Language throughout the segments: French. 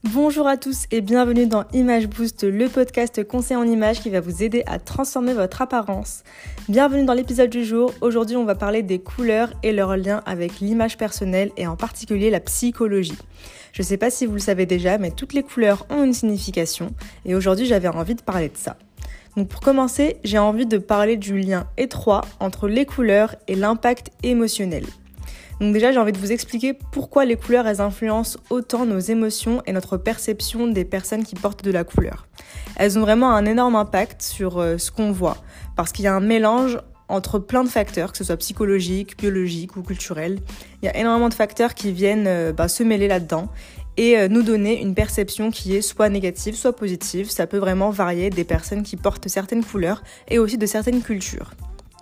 Bonjour à tous et bienvenue dans Image Boost, le podcast conseil en images qui va vous aider à transformer votre apparence. Bienvenue dans l'épisode du jour. Aujourd'hui, on va parler des couleurs et leur lien avec l'image personnelle et en particulier la psychologie. Je ne sais pas si vous le savez déjà, mais toutes les couleurs ont une signification et aujourd'hui, j'avais envie de parler de ça. Donc pour commencer, j'ai envie de parler du lien étroit entre les couleurs et l'impact émotionnel. Donc déjà, j'ai envie de vous expliquer pourquoi les couleurs, elles influencent autant nos émotions et notre perception des personnes qui portent de la couleur. Elles ont vraiment un énorme impact sur ce qu'on voit, parce qu'il y a un mélange entre plein de facteurs, que ce soit psychologique, biologique ou culturel. Il y a énormément de facteurs qui viennent se mêler là-dedans et nous donner une perception qui est soit négative, soit positive. Ça peut vraiment varier des personnes qui portent certaines couleurs et aussi de certaines cultures.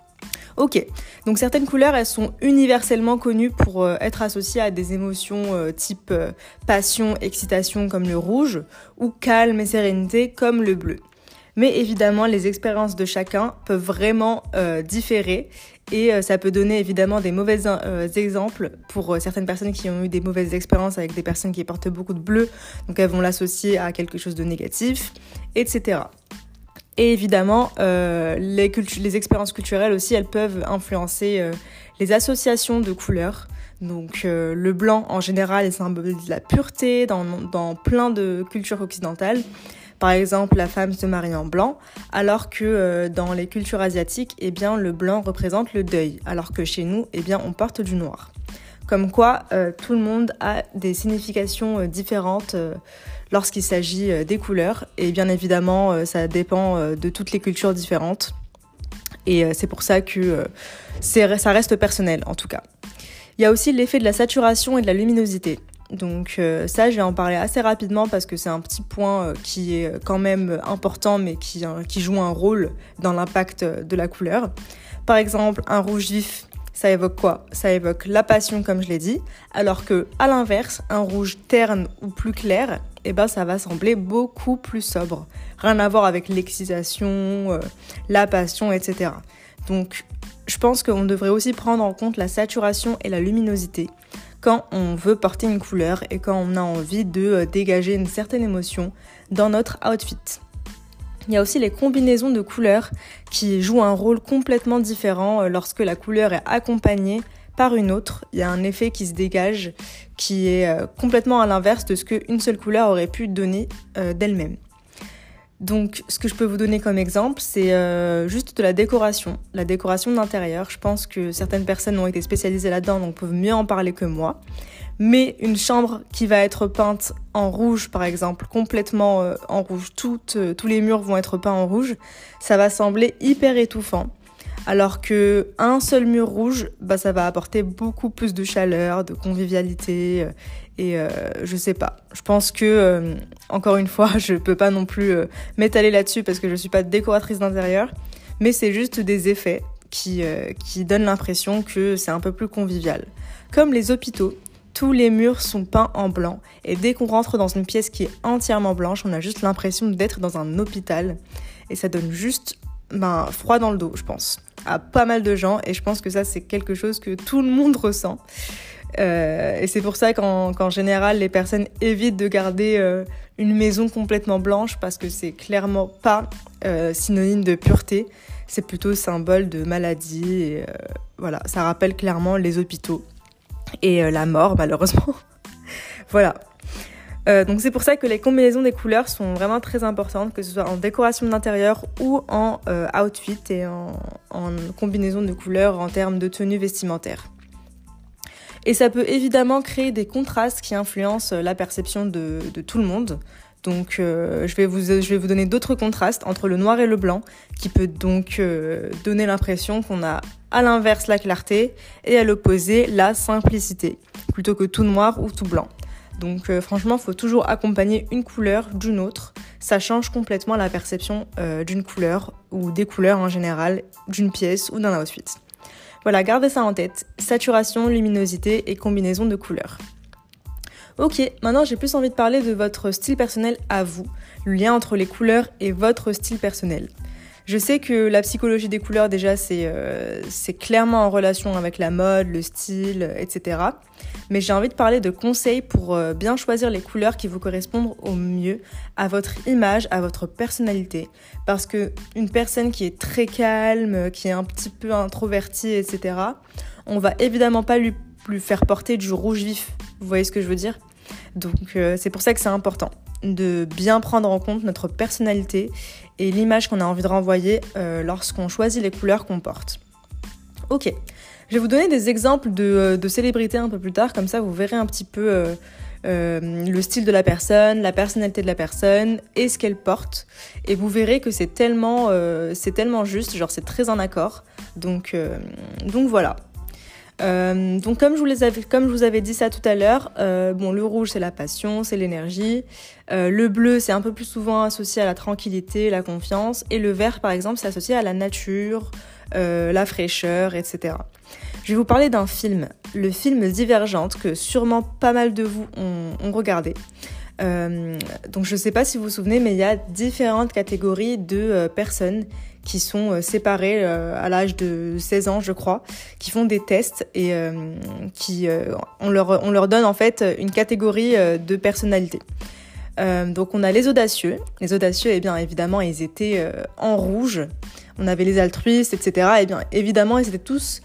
Ok, donc certaines couleurs, elles sont universellement connues pour être associées à des émotions type passion, excitation comme le rouge, ou calme et sérénité comme le bleu. Mais évidemment, les expériences de chacun peuvent vraiment différer et ça peut donner évidemment des mauvais exemples pour certaines personnes qui ont eu des mauvaises expériences avec des personnes qui portent beaucoup de bleu, donc elles vont l'associer à quelque chose de négatif, etc. Et évidemment, les expériences culturelles aussi, elles peuvent influencer les associations de couleurs. Donc le blanc, en général, il symbolise la pureté dans plein de cultures occidentales. Par exemple, la femme se marie en blanc, alors que dans les cultures asiatiques, eh bien, le blanc représente le deuil, alors que chez nous, eh bien, on porte du noir. Comme quoi, tout le monde a des significations différentes lorsqu'il s'agit des couleurs. Et bien évidemment, ça dépend de toutes les cultures différentes. Et c'est pour ça que ça reste personnel, en tout cas. Il y a aussi l'effet de la saturation et de la luminosité. Donc ça, je vais en parler assez rapidement parce que c'est un petit point qui est quand même important, mais qui joue un rôle dans l'impact de la couleur. Par exemple, un rouge vif, ça évoque quoi ? Ça évoque la passion, comme je l'ai dit, alors que, à l'inverse, un rouge terne ou plus clair, eh ben, ça va sembler beaucoup plus sobre. Rien à voir avec l'excitation, la passion, etc. Donc, je pense qu'on devrait aussi prendre en compte la saturation et la luminosité quand on veut porter une couleur et quand on a envie de dégager une certaine émotion dans notre outfit. Il y a aussi les combinaisons de couleurs qui jouent un rôle complètement différent lorsque la couleur est accompagnée par une autre. Il y a un effet qui se dégage qui est complètement à l'inverse de ce qu'une seule couleur aurait pu donner d'elle-même. Donc ce que je peux vous donner comme exemple, c'est juste de la décoration d'intérieur. Je pense que certaines personnes ont été spécialisées là-dedans, donc peuvent mieux en parler que moi. Mais une chambre qui va être peinte en rouge, par exemple, complètement en rouge, tous les murs vont être peints en rouge, ça va sembler hyper étouffant. Alors que un seul mur rouge, ça va apporter beaucoup plus de chaleur, de convivialité et je sais pas. Je pense que, encore une fois, je peux pas non plus m'étaler là-dessus parce que je suis pas décoratrice d'intérieur, mais c'est juste des effets qui donnent l'impression que c'est un peu plus convivial. Comme les hôpitaux. Tous les murs sont peints en blanc et dès qu'on rentre dans une pièce qui est entièrement blanche, on a juste l'impression d'être dans un hôpital et ça donne juste froid dans le dos, je pense, à pas mal de gens et je pense que ça c'est quelque chose que tout le monde ressent et c'est pour ça qu'en général les personnes évitent de garder une maison complètement blanche parce que c'est clairement pas synonyme de pureté, c'est plutôt symbole de maladie et voilà, ça rappelle clairement les hôpitaux. Et la mort, malheureusement. Voilà. Donc c'est pour ça que les combinaisons des couleurs sont vraiment très importantes, que ce soit en décoration d'intérieur ou en outfit et en combinaison de couleurs en termes de tenue vestimentaire. Et ça peut évidemment créer des contrastes qui influencent la perception de tout le monde. Donc je vais vous donner d'autres contrastes entre le noir et le blanc qui peut donc donner l'impression qu'on a à l'inverse la clarté et à l'opposé la simplicité, plutôt que tout noir ou tout blanc. Donc franchement, il faut toujours accompagner une couleur d'une autre. Ça change complètement la perception d'une couleur ou des couleurs en général, d'une pièce ou d'un outfit. Voilà, gardez ça en tête. Saturation, luminosité et combinaison de couleurs. Ok, maintenant j'ai plus envie de parler de votre style personnel à vous, le lien entre les couleurs et votre style personnel. Je sais que la psychologie des couleurs, déjà, c'est clairement en relation avec la mode, le style, etc. Mais j'ai envie de parler de conseils pour bien choisir les couleurs qui vous correspondent au mieux à votre image, à votre personnalité. Parce que une personne qui est très calme, qui est un petit peu introvertie, etc., on va évidemment pas lui faire porter du rouge vif. Vous voyez ce que je veux dire ? Donc c'est pour ça que c'est important de bien prendre en compte notre personnalité et l'image qu'on a envie de renvoyer lorsqu'on choisit les couleurs qu'on porte. Ok, je vais vous donner des exemples de célébrités un peu plus tard, comme ça vous verrez un petit peu le style de la personne, la personnalité de la personne et ce qu'elle porte. Et vous verrez que c'est tellement juste, genre c'est très en accord. Donc voilà. Donc comme je vous avais dit ça tout à l'heure, le rouge c'est la passion, c'est l'énergie, le bleu c'est un peu plus souvent associé à la tranquillité, la confiance, et le vert par exemple c'est associé à la nature, la fraîcheur, etc. Je vais vous parler d'un film, le film Divergente, que sûrement pas mal de vous ont regardé. Donc je sais pas si vous vous souvenez, mais il y a différentes catégories de personnes qui sont séparées à l'âge de 16 ans, je crois, qui font des tests et on leur donne en fait une catégorie de personnalité. Donc on a les audacieux. Les audacieux, eh bien évidemment, ils étaient en rouge. On avait les altruistes, etc. Et bien évidemment, ils étaient tous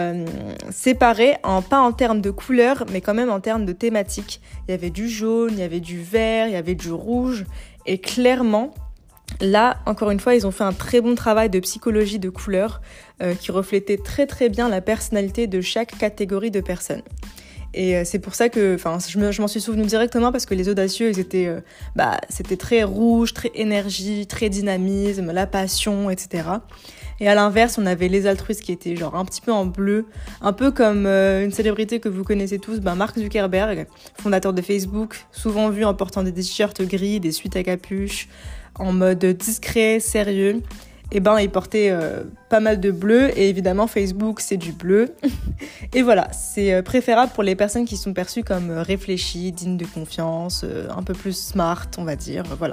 séparés, pas en termes de couleur, mais quand même en termes de thématique. Il y avait du jaune, il y avait du vert, il y avait du rouge. Et clairement, là, encore une fois, ils ont fait un très bon travail de psychologie de couleur qui reflétait très très bien la personnalité de chaque catégorie de personnes. Et c'est pour ça que je m'en suis souvenue directement parce que les audacieux, ils étaient, c'était très rouge, très énergie, très dynamisme, la passion, etc. Et à l'inverse, on avait les altruistes qui étaient genre un petit peu en bleu, un peu comme une célébrité que vous connaissez tous, Mark Zuckerberg, fondateur de Facebook, souvent vu en portant des t-shirts gris, des sweats à capuche, en mode discret, sérieux. Et il portait pas mal de bleu, et évidemment Facebook c'est du bleu. Et voilà, c'est préférable pour les personnes qui sont perçues comme réfléchies, dignes de confiance, un peu plus smart on va dire, voilà.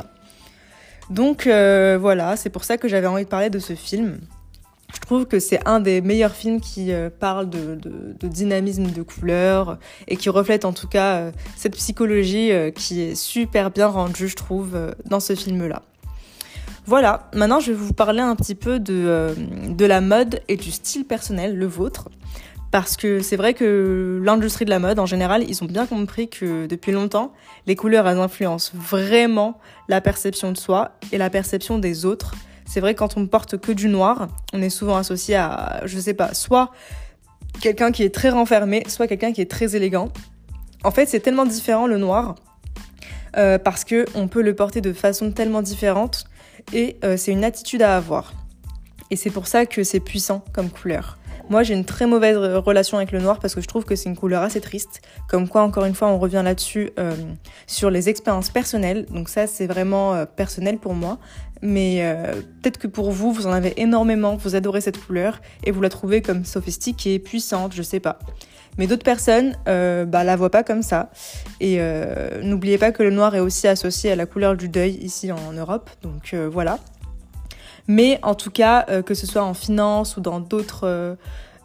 Donc voilà, c'est pour ça que j'avais envie de parler de ce film. Je trouve que c'est un des meilleurs films qui parle de dynamisme de couleurs et qui reflète en tout cas cette psychologie qui est super bien rendue, je trouve, dans ce film-là. Voilà, maintenant je vais vous parler un petit peu de la mode et du style personnel, le vôtre. Parce que c'est vrai que l'industrie de la mode, en général, ils ont bien compris que depuis longtemps, les couleurs, elles influencent vraiment la perception de soi et la perception des autres. C'est vrai que quand on ne porte que du noir, on est souvent associé à, je sais pas, soit quelqu'un qui est très renfermé, soit quelqu'un qui est très élégant. En fait, c'est tellement différent le noir, parce qu'on peut le porter de façon tellement différente. Et c'est une attitude à avoir. Et c'est pour ça que c'est puissant comme couleur. Moi, j'ai une très mauvaise relation avec le noir parce que je trouve que c'est une couleur assez triste. Comme quoi, encore une fois, on revient là-dessus sur les expériences personnelles. Donc ça, c'est vraiment personnel pour moi. Mais peut-être que pour vous, vous en avez énormément, vous adorez cette couleur et vous la trouvez comme sophistiquée, puissante, je sais pas. Mais d'autres personnes la voient pas comme ça. Et n'oubliez pas que le noir est aussi associé à la couleur du deuil ici en Europe. Donc voilà. Mais en tout cas, que ce soit en finance ou dans d'autres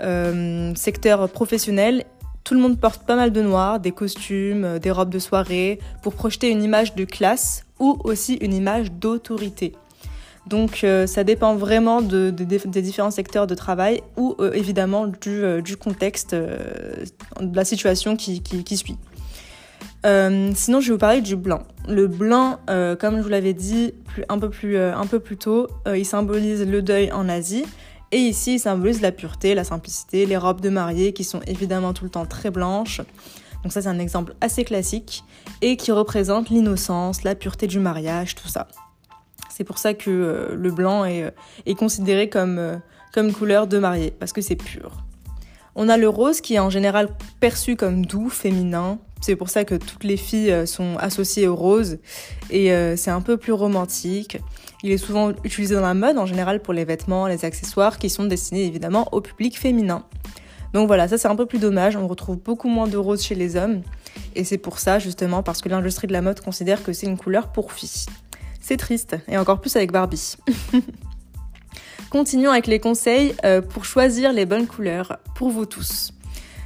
secteurs professionnels, tout le monde porte pas mal de noir, des costumes, des robes de soirée, pour projeter une image de classe ou aussi une image d'autorité. Donc ça dépend vraiment des différents secteurs de travail ou évidemment du contexte, de la situation qui suit. Sinon, je vais vous parler du blanc. Le blanc, comme je vous l'avais dit un peu plus tôt, il symbolise le deuil en Asie. Et ici, il symbolise la pureté, la simplicité, les robes de mariée qui sont évidemment tout le temps très blanches. Donc ça, c'est un exemple assez classique et qui représente l'innocence, la pureté du mariage, tout ça. C'est pour ça que le blanc est considéré comme couleur de mariée, parce que c'est pur. On a le rose qui est en général perçu comme doux, féminin. C'est pour ça que toutes les filles sont associées au rose et c'est un peu plus romantique. Il est souvent utilisé dans la mode, en général pour les vêtements, les accessoires qui sont destinés évidemment au public féminin. Donc voilà, ça c'est un peu plus dommage, on retrouve beaucoup moins de rose chez les hommes et c'est pour ça justement parce que l'industrie de la mode considère que c'est une couleur pour filles. C'est triste, et encore plus avec Barbie. Continuons avec les conseils pour choisir les bonnes couleurs pour vous tous.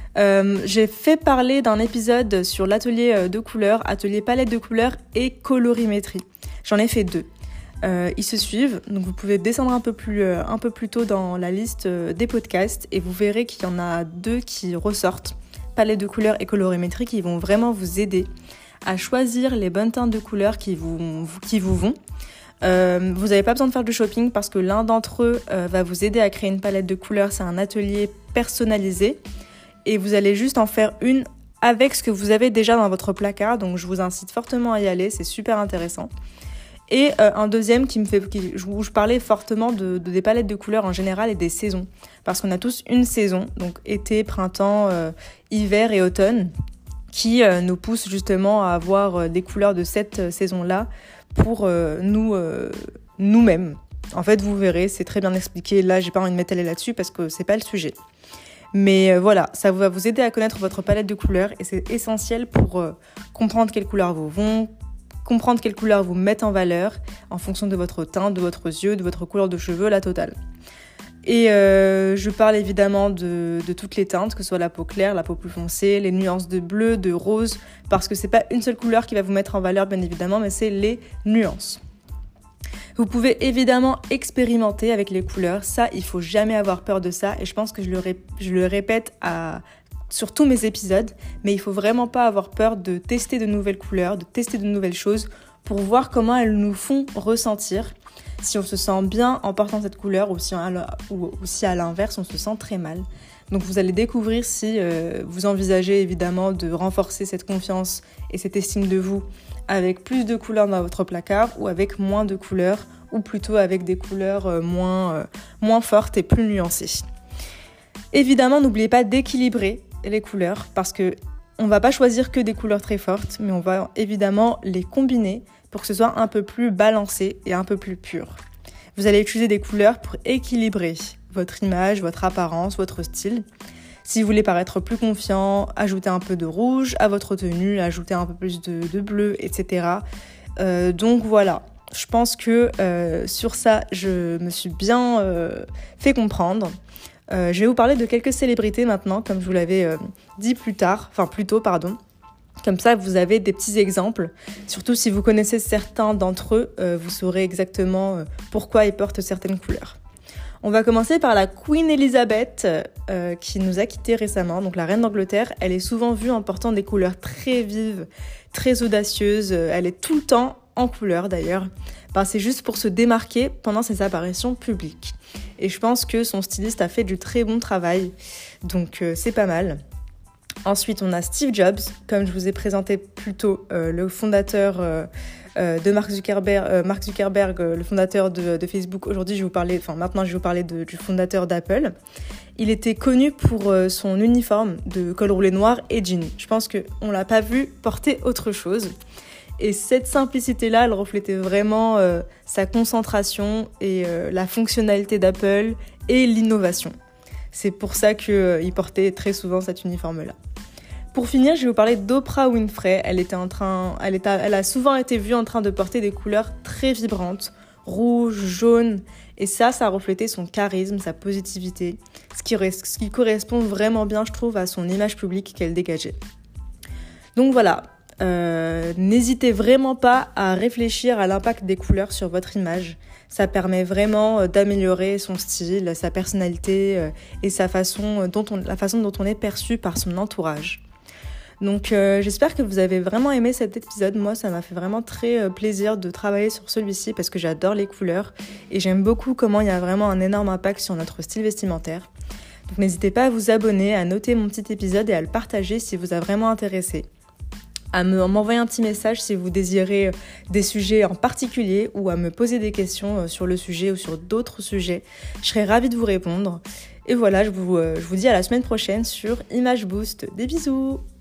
J'ai fait parler d'un épisode sur l'atelier de couleurs, atelier palette de couleurs et colorimétrie. J'en ai fait 2. Ils se suivent, donc vous pouvez descendre un peu plus tôt dans la liste des podcasts et vous verrez qu'il y en a 2 qui ressortent, palette de couleurs et colorimétrie, qui vont vraiment vous aider à choisir les bonnes teintes de couleurs qui vous vont. Vous n'avez pas besoin de faire du shopping parce que l'un d'entre eux va vous aider à créer une palette de couleurs. C'est un atelier personnalisé et vous allez juste en faire une avec ce que vous avez déjà dans votre placard. Donc je vous incite fortement à y aller, c'est super intéressant. Et un deuxième où je parlais fortement des palettes de couleurs en général et des saisons. Parce qu'on a tous une saison, donc été, printemps, hiver et automne, qui nous pousse justement à avoir des couleurs de cette saison-là pour nous-mêmes. En fait, vous verrez, c'est très bien expliqué. Là, j'ai pas envie de m'étaler là-dessus parce que c'est pas le sujet. Mais voilà, ça va vous aider à connaître votre palette de couleurs et c'est essentiel pour comprendre quelles couleurs vous vont, comprendre quelles couleurs vous mettent en valeur en fonction de votre teint, de votre yeux, de votre couleur de cheveux, la totale. Et je parle évidemment de toutes les teintes, que ce soit la peau claire, la peau plus foncée, les nuances de bleu, de rose, parce que c'est pas une seule couleur qui va vous mettre en valeur bien évidemment, mais c'est les nuances. Vous pouvez évidemment expérimenter avec les couleurs, ça il faut jamais avoir peur de ça et je pense que je le répète sur tous mes épisodes, mais il faut vraiment pas avoir peur de tester de nouvelles couleurs, de tester de nouvelles choses pour voir comment elles nous font ressentir. Si on se sent bien en portant cette couleur ou si à l'inverse on se sent très mal. Donc vous allez découvrir si vous envisagez évidemment de renforcer cette confiance et cette estime de vous avec plus de couleurs dans votre placard ou avec moins de couleurs ou plutôt avec des couleurs moins fortes et plus nuancées. Évidemment, n'oubliez pas d'équilibrer les couleurs parce que on va pas choisir que des couleurs très fortes, mais on va évidemment les combiner pour que ce soit un peu plus balancé et un peu plus pur. Vous allez utiliser des couleurs pour équilibrer votre image, votre apparence, votre style. Si vous voulez paraître plus confiant, ajoutez un peu de rouge à votre tenue, ajoutez un peu plus de bleu, etc. Donc voilà, je pense que sur ça, je me suis bien fait comprendre. Je vais vous parler de quelques célébrités maintenant, comme je vous l'avais dit plus tôt. Comme ça, vous avez des petits exemples. Surtout si vous connaissez certains d'entre eux, vous saurez exactement pourquoi ils portent certaines couleurs. On va commencer par la Queen Elizabeth qui nous a quittés récemment. Donc la reine d'Angleterre, elle est souvent vue en portant des couleurs très vives, très audacieuses. Elle est tout le temps en couleur d'ailleurs. C'est juste pour se démarquer pendant ses apparitions publiques. Et je pense que son styliste a fait du très bon travail. Donc c'est pas mal. Ensuite, on a Steve Jobs, comme je vous ai présenté plus tôt, le fondateur de Mark Zuckerberg, le fondateur de Facebook. Aujourd'hui, je vais vous parler du fondateur d'Apple. Il était connu pour son uniforme de col roulé noir et jean. Je pense qu'on l'a pas vu porter autre chose. Et cette simplicité-là, elle reflétait vraiment sa concentration et la fonctionnalité d'Apple et l'innovation. C'est pour ça qu'il portait très souvent cet uniforme-là. Pour finir, je vais vous parler d'Oprah Winfrey. Elle a souvent été vue en train de porter des couleurs très vibrantes, rouge, jaune. Et ça reflétait son charisme, sa positivité, ce qui correspond vraiment bien, je trouve, à son image publique qu'elle dégageait. Donc voilà, n'hésitez vraiment pas à réfléchir à l'impact des couleurs sur votre image. Ça permet vraiment d'améliorer son style, sa personnalité et la façon dont on est perçu par son entourage. Donc j'espère que vous avez vraiment aimé cet épisode. Moi, ça m'a fait vraiment très plaisir de travailler sur celui-ci parce que j'adore les couleurs et j'aime beaucoup comment il y a vraiment un énorme impact sur notre style vestimentaire. Donc n'hésitez pas à vous abonner, à noter mon petit épisode et à le partager si vous a vraiment intéressé. À m'envoyer un petit message si vous désirez des sujets en particulier ou à me poser des questions sur le sujet ou sur d'autres sujets. Je serai ravie de vous répondre. Et voilà, je vous dis à la semaine prochaine sur Image Boost. Des bisous!